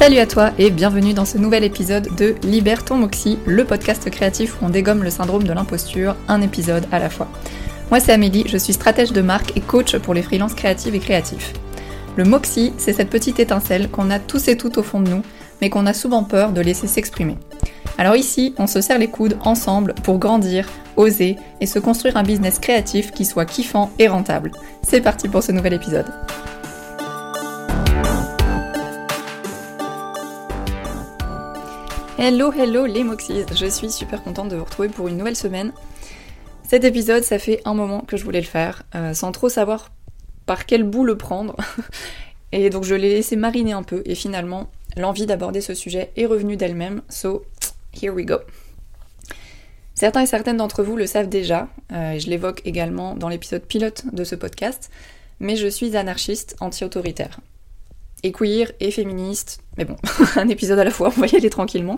Salut à toi et bienvenue dans ce nouvel épisode de Libère ton Moxie, le podcast créatif où on dégomme le syndrome de l'imposture, un épisode à la fois. Moi c'est Amélie, je suis stratège de marque et coach pour les freelances créatives et créatifs. Le Moxie, c'est cette petite étincelle qu'on a tous et toutes au fond de nous, mais qu'on a souvent peur de laisser s'exprimer. Alors ici, on se serre les coudes ensemble pour grandir, oser et se construire un business créatif qui soit kiffant et rentable. C'est parti pour ce nouvel épisode. Hello les Moxies, je suis super contente de vous retrouver pour une nouvelle semaine. Cet épisode, ça fait un moment que je voulais le faire, sans trop savoir par quel bout le prendre. Et donc je l'ai laissé mariner un peu, et finalement, l'envie d'aborder ce sujet est revenue d'elle-même, so here we go. Certains et certaines d'entre vous le savent déjà, et je l'évoque également dans l'épisode pilote de ce podcast, mais je suis anarchiste anti-autoritaire. Et queer, et féministe, mais bon, un épisode à la fois, on va y aller tranquillement.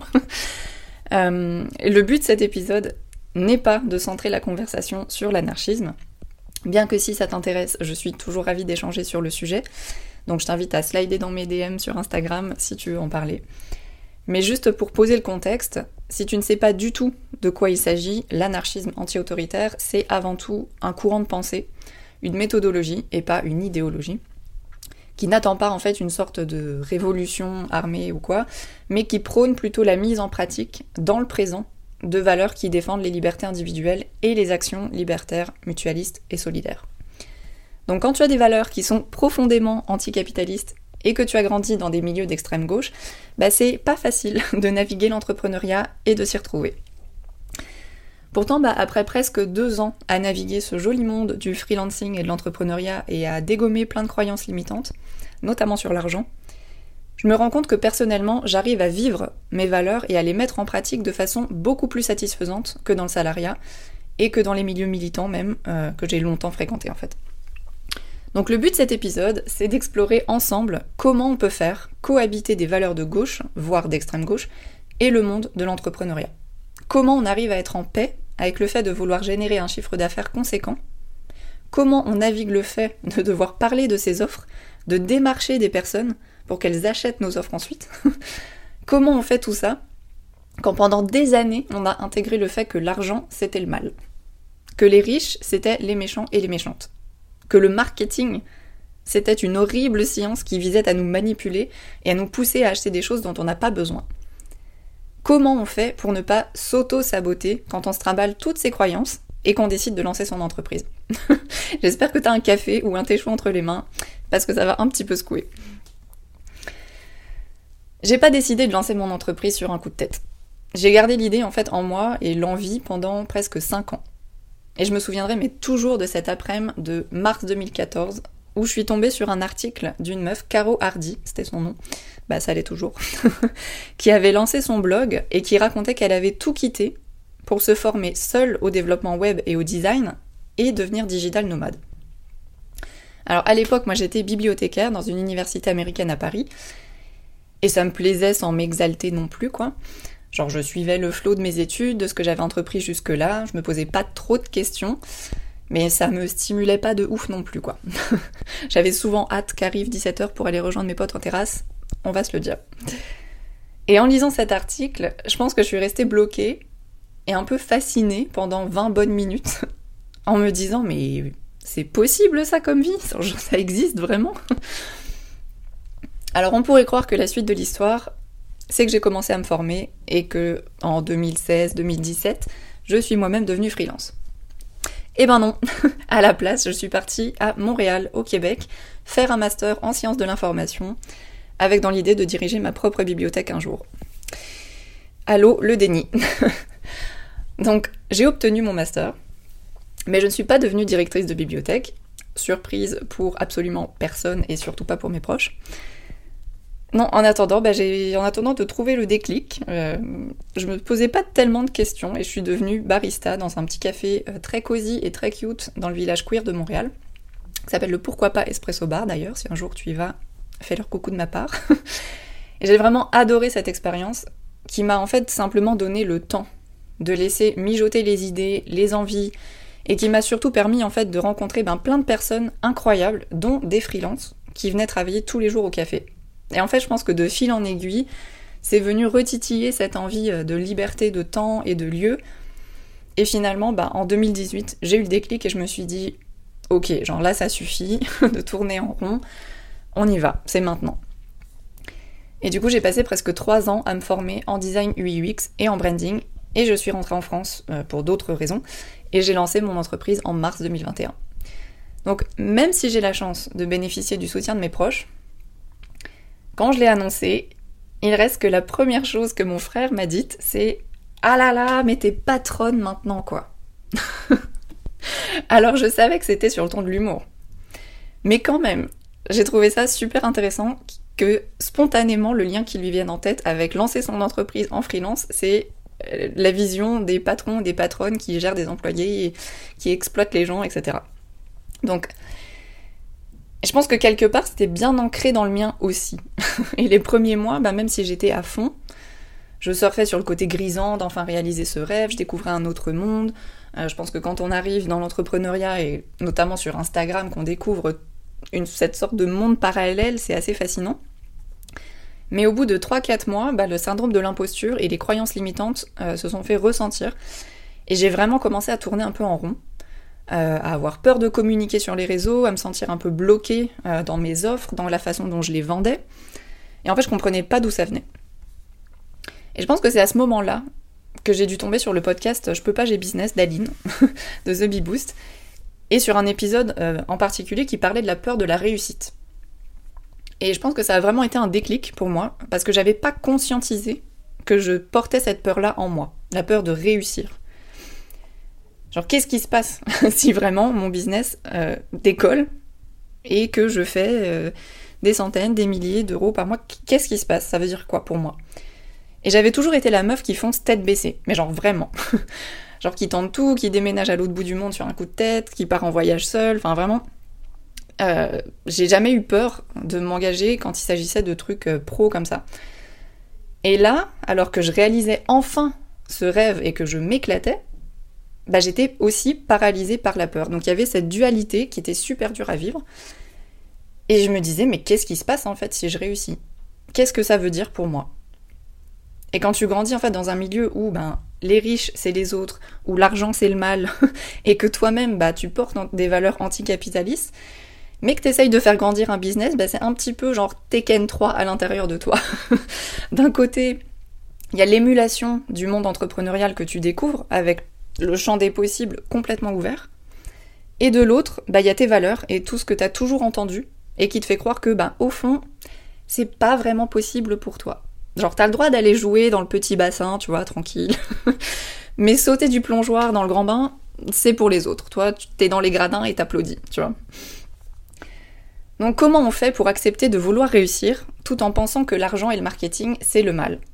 Le but de cet épisode n'est pas de centrer la conversation sur l'anarchisme, bien que si ça t'intéresse, je suis toujours ravie d'échanger sur le sujet, donc je t'invite à slider dans mes DM sur Instagram si tu veux en parler. Mais juste pour poser le contexte, si tu ne sais pas du tout de quoi il s'agit, l'anarchisme anti-autoritaire, c'est avant tout un courant de pensée, une méthodologie et pas une idéologie, qui n'attend pas en fait une sorte de révolution armée ou quoi, mais qui prône plutôt la mise en pratique, dans le présent, de valeurs qui défendent les libertés individuelles et les actions libertaires, mutualistes et solidaires. Donc quand tu as des valeurs qui sont profondément anticapitalistes et que tu as grandi dans des milieux d'extrême gauche, c'est pas facile de naviguer l'entrepreneuriat et de s'y retrouver. Pourtant, après presque 2 ans à naviguer ce joli monde du freelancing et de l'entrepreneuriat et à dégommer plein de croyances limitantes, notamment sur l'argent, je me rends compte que personnellement, j'arrive à vivre mes valeurs et à les mettre en pratique de façon beaucoup plus satisfaisante que dans le salariat et que dans les milieux militants même, que j'ai longtemps fréquentés en fait. Donc le but de cet épisode, c'est d'explorer ensemble comment on peut faire cohabiter des valeurs de gauche, voire d'extrême gauche, et le monde de l'entrepreneuriat. Comment on arrive à être en paix avec le fait de vouloir générer un chiffre d'affaires conséquent, comment on navigue le fait de devoir parler de ses offres, de démarcher des personnes pour qu'elles achètent nos offres ensuite, comment on fait tout ça quand pendant des années on a intégré le fait que l'argent c'était le mal, que les riches c'était les méchants et les méchantes, que le marketing c'était une horrible science qui visait à nous manipuler et à nous pousser à acheter des choses dont on n'a pas besoin. Comment on fait pour ne pas s'auto-saboter quand on se trimballe toutes ses croyances et qu'on décide de lancer son entreprise? J'espère que t'as un café ou un thé chaud entre les mains, parce que ça va un petit peu secouer. J'ai pas décidé de lancer mon entreprise sur un coup de tête. J'ai gardé l'idée en fait en moi et l'envie pendant presque 5 ans. Et je me souviendrai mais toujours de cet après-midi de mars 2014, où je suis tombée sur un article d'une meuf, Caro Hardy, c'était son nom, ça l'est toujours, qui avait lancé son blog et qui racontait qu'elle avait tout quitté pour se former seule au développement web et au design et devenir digital nomade. Alors à l'époque, moi j'étais bibliothécaire dans une université américaine à Paris, et ça me plaisait sans m'exalter non plus, quoi. Genre je suivais le flow de mes études, de ce que j'avais entrepris jusque-là, je me posais pas trop de questions, mais ça me stimulait pas de ouf non plus, quoi. J'avais souvent hâte qu'arrive 17h pour aller rejoindre mes potes en terrasse, on va se le dire. Et en lisant cet article, je pense que je suis restée bloquée et un peu fascinée pendant 20 bonnes minutes en me disant mais c'est possible ça comme vie, ça existe vraiment. Alors on pourrait croire que la suite de l'histoire, c'est que j'ai commencé à me former et que en 2016-2017, je suis moi-même devenue freelance. Eh ben non, à la place, je suis partie à Montréal, au Québec, faire un master en sciences de l'information, avec dans l'idée de diriger ma propre bibliothèque un jour. Allô, le déni. Donc, j'ai obtenu mon master, mais je ne suis pas devenue directrice de bibliothèque, surprise pour absolument personne et surtout pas pour mes proches. Non, en attendant de trouver le déclic, je me posais pas tellement de questions et je suis devenue barista dans un petit café très cosy et très cute dans le village queer de Montréal, qui s'appelle le Pourquoi pas Espresso Bar d'ailleurs, si un jour tu y vas, fais leur coucou de ma part. Et j'ai vraiment adoré cette expérience qui m'a en fait simplement donné le temps de laisser mijoter les idées, les envies, et qui m'a surtout permis en fait de rencontrer plein de personnes incroyables, dont des freelances, qui venaient travailler tous les jours au café. Et en fait, je pense que de fil en aiguille, c'est venu retitiller cette envie de liberté de temps et de lieu. Et finalement, en 2018, j'ai eu le déclic et je me suis dit, ok, genre là ça suffit de tourner en rond, on y va, c'est maintenant. Et du coup, j'ai passé presque 3 ans à me former en design UI UX et en branding, et je suis rentrée en France pour d'autres raisons, et j'ai lancé mon entreprise en mars 2021. Donc même si j'ai la chance de bénéficier du soutien de mes proches, quand je l'ai annoncé, il reste que la première chose que mon frère m'a dite, c'est « Ah là là, mais t'es patronne maintenant, quoi !» Alors je savais que c'était sur le ton de l'humour. Mais quand même, j'ai trouvé ça super intéressant que spontanément le lien qui lui vienne en tête avec lancer son entreprise en freelance, c'est la vision des patrons et des patronnes qui gèrent des employés et qui exploitent les gens, etc. Donc, je pense que quelque part, c'était bien ancré dans le mien aussi. Et les premiers mois, même si j'étais à fond, je surfais sur le côté grisant d'enfin réaliser ce rêve, je découvrais un autre monde. Je pense que quand on arrive dans l'entrepreneuriat, et notamment sur Instagram, qu'on découvre cette sorte de monde parallèle, c'est assez fascinant. Mais au bout de 3-4 mois, le syndrome de l'imposture et les croyances limitantes se sont fait ressentir. Et j'ai vraiment commencé à tourner un peu en rond, à avoir peur de communiquer sur les réseaux, à me sentir un peu bloquée dans mes offres, dans la façon dont je les vendais. Et en fait, je comprenais pas d'où ça venait. Et je pense que c'est à ce moment-là que j'ai dû tomber sur le podcast Je peux pas, j'ai business d'Aline, de The Bee Boost, et sur un épisode en particulier qui parlait de la peur de la réussite. Et je pense que ça a vraiment été un déclic pour moi, parce que j'avais pas conscientisé que je portais cette peur-là en moi, la peur de réussir. Genre, qu'est-ce qui se passe si vraiment mon business décolle et que je fais des centaines, des milliers d'euros par mois? Qu'est-ce qui se passe? Ça veut dire quoi pour moi? Et j'avais toujours été la meuf qui fonce tête baissée, mais genre vraiment. Genre qui tente tout, qui déménage à l'autre bout du monde sur un coup de tête, qui part en voyage seule, enfin vraiment. J'ai jamais eu peur de m'engager quand il s'agissait de trucs pro comme ça. Et là, alors que je réalisais enfin ce rêve et que je m'éclatais, j'étais aussi paralysée par la peur. Donc il y avait cette dualité qui était super dure à vivre. Et je me disais, mais qu'est-ce qui se passe en fait si je réussis? Qu'est-ce que ça veut dire pour moi? Et quand tu grandis en fait dans un milieu où les riches c'est les autres, où l'argent c'est le mal, et que toi-même tu portes des valeurs anticapitalistes, mais que t'essayes de faire grandir un business, c'est un petit peu genre Tekken 3 à l'intérieur de toi. D'un côté, il y a l'émulation du monde entrepreneurial que tu découvres, avec le champ des possibles complètement ouvert. Et de l'autre, il y a tes valeurs et tout ce que t'as toujours entendu, et qui te fait croire que, au fond, c'est pas vraiment possible pour toi. Genre, t'as le droit d'aller jouer dans le petit bassin, tu vois, tranquille. Mais sauter du plongeoir dans le grand bain, c'est pour les autres. Toi, t'es dans les gradins et t'applaudis, tu vois. Donc, comment on fait pour accepter de vouloir réussir, tout en pensant que l'argent et le marketing, c'est le mal?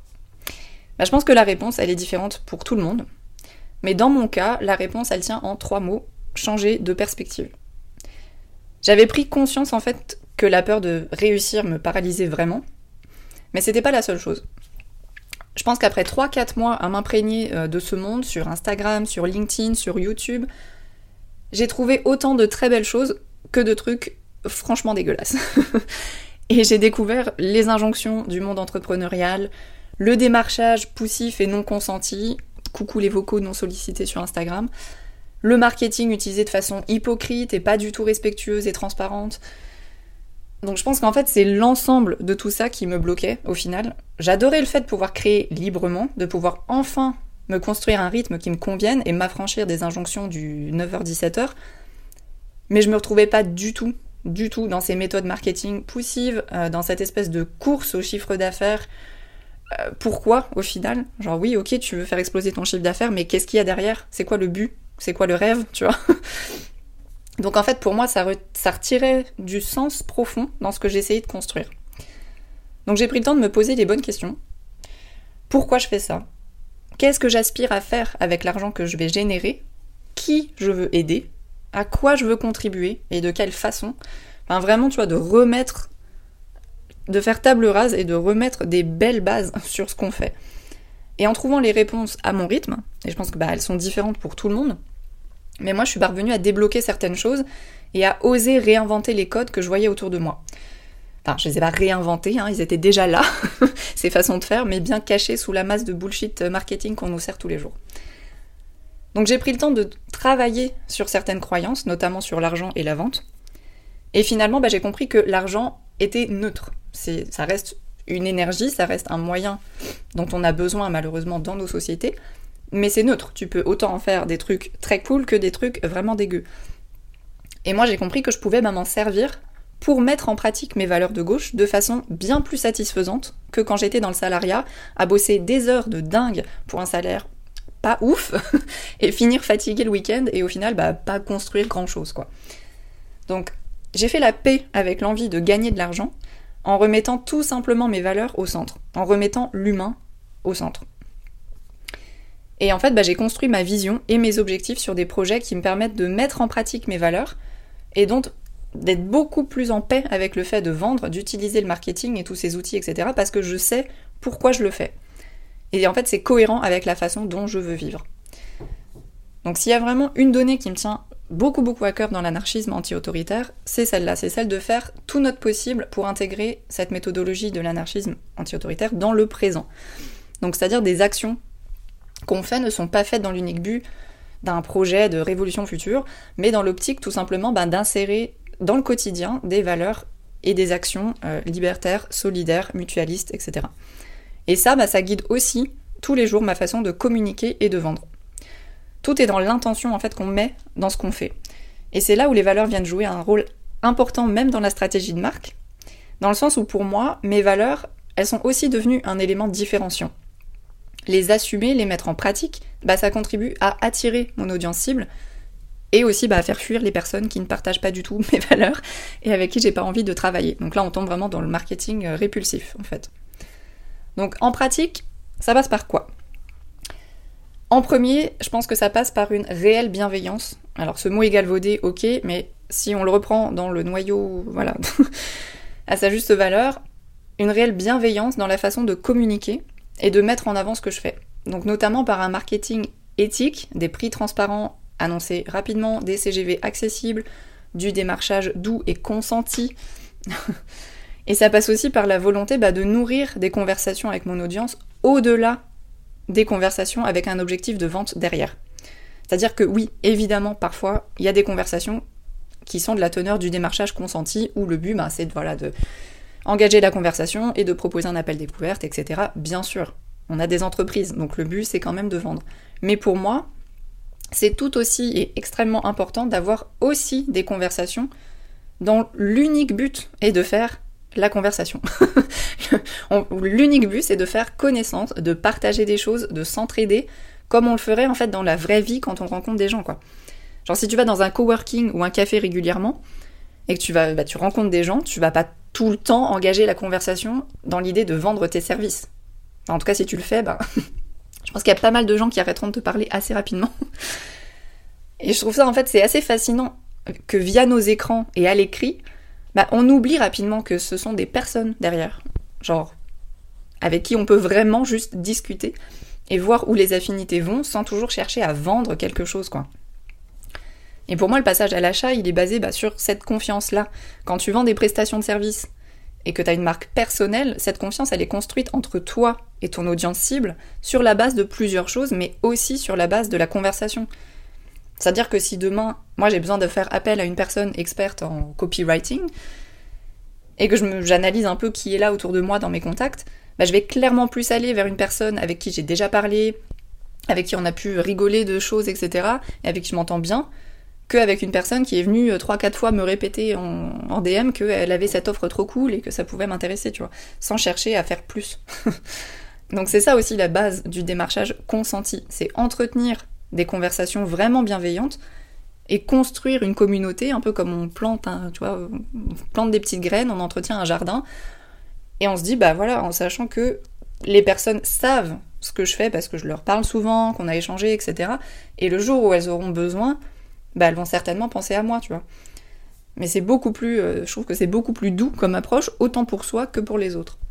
Je pense que la réponse, elle est différente pour tout le monde. Mais dans mon cas, la réponse, elle tient en 3 mots: changer de perspective. J'avais pris conscience, en fait, que la peur de réussir me paralysait vraiment. Mais c'était pas la seule chose. Je pense qu'après 3-4 mois à m'imprégner de ce monde, sur Instagram, sur LinkedIn, sur YouTube, j'ai trouvé autant de très belles choses que de trucs franchement dégueulasses. Et j'ai découvert les injonctions du monde entrepreneurial, le démarchage poussif et non consenti, coucou les vocaux non sollicités sur Instagram, le marketing utilisé de façon hypocrite et pas du tout respectueuse et transparente. Donc je pense qu'en fait c'est l'ensemble de tout ça qui me bloquait au final. J'adorais le fait de pouvoir créer librement, de pouvoir enfin me construire un rythme qui me convienne et m'affranchir des injonctions du 9h-17h, mais je me retrouvais pas du tout dans ces méthodes marketing poussives, dans cette espèce de course au chiffre d'affaires. Pourquoi au final? Genre oui, ok, tu veux faire exploser ton chiffre d'affaires, mais qu'est-ce qu'il y a derrière? C'est quoi le but? C'est quoi le rêve, tu vois? Donc en fait, pour moi, ça retirait du sens profond dans ce que j'essayais de construire. Donc j'ai pris le temps de me poser les bonnes questions. Pourquoi je fais ça? Qu'est-ce que j'aspire à faire avec l'argent que je vais générer? Qui je veux aider? À quoi je veux contribuer? Et de quelle façon? Enfin vraiment, tu vois, de faire table rase et de remettre des belles bases sur ce qu'on fait. Et en trouvant les réponses à mon rythme, et je pense que elles sont différentes pour tout le monde, mais moi, je suis parvenue à débloquer certaines choses et à oser réinventer les codes que je voyais autour de moi. Enfin, je les ai pas réinventés, ils étaient déjà là, ces façons de faire, mais bien cachés sous la masse de bullshit marketing qu'on nous sert tous les jours. Donc j'ai pris le temps de travailler sur certaines croyances, notamment sur l'argent et la vente. Et finalement, j'ai compris que l'argent était neutre. Ça reste une énergie, ça reste un moyen dont on a besoin malheureusement dans nos sociétés, mais c'est neutre. Tu peux autant en faire des trucs très cool que des trucs vraiment dégueux. Et moi j'ai compris que je pouvais m'en servir pour mettre en pratique mes valeurs de gauche de façon bien plus satisfaisante que quand j'étais dans le salariat, à bosser des heures de dingue pour un salaire pas ouf, et finir fatigué le week-end, et au final, pas construire grand-chose, quoi. Donc, j'ai fait la paix avec l'envie de gagner de l'argent, en remettant tout simplement mes valeurs au centre, en remettant l'humain au centre. Et en fait, j'ai construit ma vision et mes objectifs sur des projets qui me permettent de mettre en pratique mes valeurs, et donc d'être beaucoup plus en paix avec le fait de vendre, d'utiliser le marketing et tous ces outils, etc., parce que je sais pourquoi je le fais. Et en fait, c'est cohérent avec la façon dont je veux vivre. Donc s'il y a vraiment une donnée qui me tient beaucoup à cœur dans l'anarchisme anti-autoritaire, c'est celle-là, c'est celle de faire tout notre possible pour intégrer cette méthodologie de l'anarchisme anti-autoritaire dans le présent. Donc c'est-à-dire des actions qu'on fait ne sont pas faites dans l'unique but d'un projet de révolution future, mais dans l'optique tout simplement d'insérer dans le quotidien des valeurs et des actions libertaires, solidaires, mutualistes, etc. Et ça guide aussi tous les jours ma façon de communiquer et de vendre. Tout est dans l'intention en fait qu'on met dans ce qu'on fait. Et c'est là où les valeurs viennent jouer un rôle important même dans la stratégie de marque, dans le sens où pour moi, mes valeurs, elles sont aussi devenues un élément différenciant. Les assumer, les mettre en pratique, ça contribue à attirer mon audience cible et aussi à faire fuir les personnes qui ne partagent pas du tout mes valeurs et avec qui j'ai pas envie de travailler. Donc là, on tombe vraiment dans le marketing répulsif en fait. Donc en pratique, ça passe par quoi ? En premier, je pense que ça passe par une réelle bienveillance. Alors ce mot est galvaudé, ok, mais si on le reprend dans le noyau, voilà, à sa juste valeur, une réelle bienveillance dans la façon de communiquer et de mettre en avant ce que je fais. Donc notamment par un marketing éthique, des prix transparents annoncés rapidement, des CGV accessibles, du démarchage doux et consenti. Et ça passe aussi par la volonté de nourrir des conversations avec mon audience au-delà des conversations avec un objectif de vente derrière. C'est-à-dire que oui, évidemment, parfois, il y a des conversations qui sont de la teneur du démarchage consenti, où le but, c'est de engager la conversation et de proposer un appel découverte, etc. Bien sûr, on a des entreprises, donc le but, c'est quand même de vendre. Mais pour moi, c'est tout aussi et extrêmement important d'avoir aussi des conversations dont l'unique but est de faire la conversation. L'unique but, c'est de faire connaissance, de partager des choses, de s'entraider, comme on le ferait en fait dans la vraie vie quand on rencontre des gens, quoi. Genre si tu vas dans un coworking ou un café régulièrement et que tu rencontres des gens, tu vas pas tout le temps engager la conversation dans l'idée de vendre tes services. Enfin, en tout cas, si tu le fais, je pense qu'il y a pas mal de gens qui arrêteront de te parler assez rapidement. Et je trouve ça, en fait, c'est assez fascinant que via nos écrans et à l'écrit, on oublie rapidement que ce sont des personnes derrière, genre avec qui on peut vraiment juste discuter et voir où les affinités vont sans toujours chercher à vendre quelque chose, quoi. Et pour moi, le passage à l'achat, il est basé sur cette confiance-là. Quand tu vends des prestations de services et que tu as une marque personnelle, cette confiance, elle est construite entre toi et ton audience cible sur la base de plusieurs choses, mais aussi sur la base de la conversation. C'est-à-dire que si demain, moi j'ai besoin de faire appel à une personne experte en copywriting, et que j'analyse un peu qui est là autour de moi dans mes contacts, je vais clairement plus aller vers une personne avec qui j'ai déjà parlé, avec qui on a pu rigoler de choses, etc., et avec qui je m'entends bien, qu'avec une personne qui est venue 3-4 fois me répéter en DM qu'elle avait cette offre trop cool et que ça pouvait m'intéresser, tu vois, sans chercher à faire plus. Donc c'est ça aussi la base du démarchage consenti, c'est entretenir des conversations vraiment bienveillantes et construire une communauté, un peu comme on plante, on plante des petites graines, on entretient un jardin, et on se dit, en sachant que les personnes savent ce que je fais parce que je leur parle souvent, qu'on a échangé, etc. Et le jour où elles auront besoin, elles vont certainement penser à moi, tu vois. Mais c'est beaucoup plus, je trouve que c'est beaucoup plus doux comme approche, autant pour soi que pour les autres.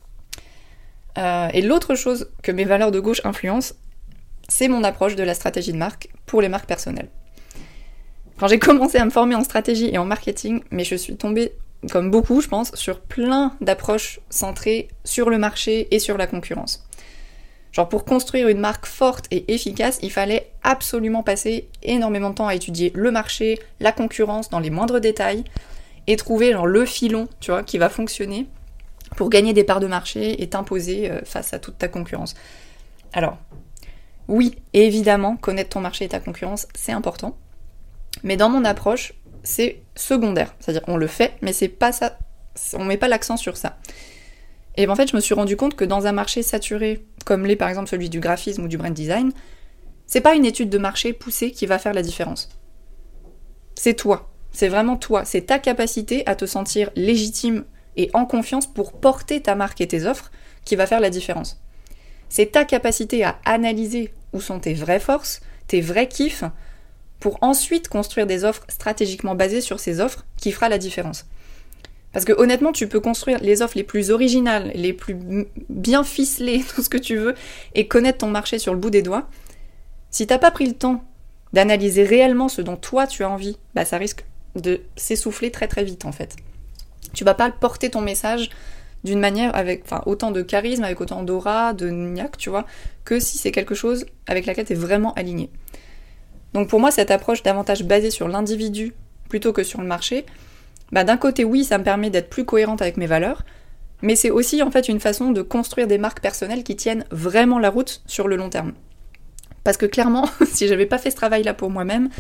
Et l'autre chose que mes valeurs de gauche influencent, c'est mon approche de la stratégie de marque pour les marques personnelles. Quand j'ai commencé à me former en stratégie et en marketing, mais je suis tombée comme beaucoup je pense, sur plein d'approches centrées sur le marché et sur la concurrence. Genre pour construire une marque forte et efficace, il fallait absolument passer énormément de temps à étudier le marché, la concurrence dans les moindres détails, et trouver genre le filon, tu vois, qui va fonctionner pour gagner des parts de marché et t'imposer face à toute ta concurrence. Alors, oui, évidemment, connaître ton marché et ta concurrence, c'est important. Mais dans mon approche, c'est secondaire. C'est-à-dire, on le fait, mais c'est pas ça. On met pas l'accent sur ça. Et en fait, je me suis rendu compte que dans un marché saturé, comme l'est par exemple celui du graphisme ou du brand design, c'est pas une étude de marché poussée qui va faire la différence. C'est toi. C'est vraiment toi. C'est ta capacité à te sentir légitime et en confiance pour porter ta marque et tes offres qui va faire la différence. C'est ta capacité à analyser où sont tes vraies forces, tes vrais kiffs, pour ensuite construire des offres stratégiquement basées sur ces offres qui fera la différence. Parce que honnêtement, tu peux construire les offres les plus originales, les plus bien ficelées, tout ce que tu veux, et connaître ton marché sur le bout des doigts. Si t'as pas pris le temps d'analyser réellement ce dont toi tu as envie, bah ça risque de s'essouffler très très vite en fait. Tu vas pas porter ton message d'une manière avec autant de charisme, avec autant d'aura, de niaque, tu vois, que si c'est quelque chose avec laquelle tu es vraiment aligné. Donc pour moi, cette approche davantage basée sur l'individu plutôt que sur le marché, bah d'un côté oui, ça me permet d'être plus cohérente avec mes valeurs, mais c'est aussi en fait une façon de construire des marques personnelles qui tiennent vraiment la route sur le long terme. Parce que clairement, si j'avais pas fait ce travail-là pour moi-même,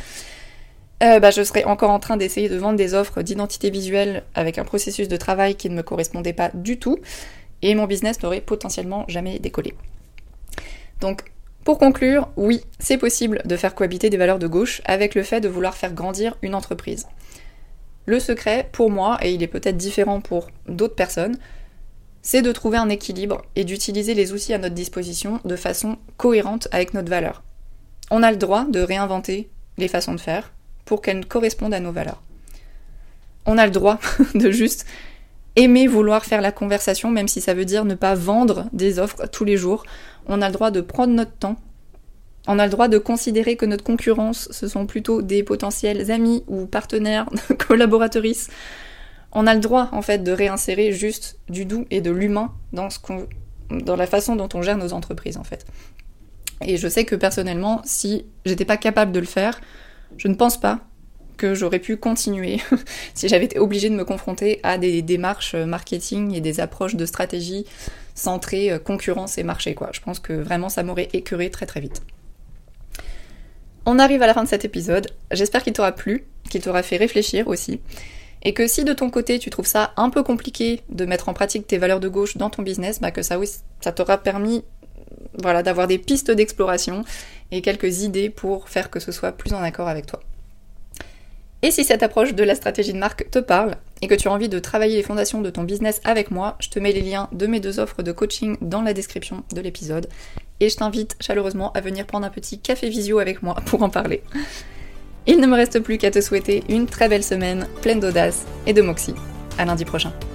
je serais encore en train d'essayer de vendre des offres d'identité visuelle avec un processus de travail qui ne me correspondait pas du tout, et mon business n'aurait potentiellement jamais décollé. Donc, pour conclure, oui, c'est possible de faire cohabiter des valeurs de gauche avec le fait de vouloir faire grandir une entreprise. Le secret, pour moi, et il est peut-être différent pour d'autres personnes, c'est de trouver un équilibre et d'utiliser les outils à notre disposition de façon cohérente avec notre valeur. On a le droit de réinventer les façons de faire pour qu'elles correspondent à nos valeurs. On a le droit de juste aimer vouloir faire la conversation, même si ça veut dire ne pas vendre des offres tous les jours. On a le droit de prendre notre temps. On a le droit de considérer que notre concurrence, ce sont plutôt des potentiels amis ou partenaires, collaboratrices. On a le droit, en fait, de réinsérer juste du doux et de l'humain dans la façon dont on gère nos entreprises, en fait. Et je sais que personnellement, si j'étais pas capable de le faire, je ne pense pas que j'aurais pu continuer si j'avais été obligée de me confronter à des démarches marketing et des approches de stratégie centrées concurrence et marché, quoi. Je pense que vraiment ça m'aurait écœurée très très vite. On arrive à la fin de cet épisode. J'espère qu'il t'aura plu, qu'il t'aura fait réfléchir aussi. Et que si de ton côté tu trouves ça un peu compliqué de mettre en pratique tes valeurs de gauche dans ton business, que ça t'aura permis d'avoir des pistes d'exploration et quelques idées pour faire que ce soit plus en accord avec toi. Et si cette approche de la stratégie de marque te parle et que tu as envie de travailler les fondations de ton business avec moi, je te mets les liens de mes 2 offres de coaching dans la description de l'épisode et je t'invite chaleureusement à venir prendre un petit café visio avec moi pour en parler. Il ne me reste plus qu'à te souhaiter une très belle semaine pleine d'audace et de moxie. À lundi prochain.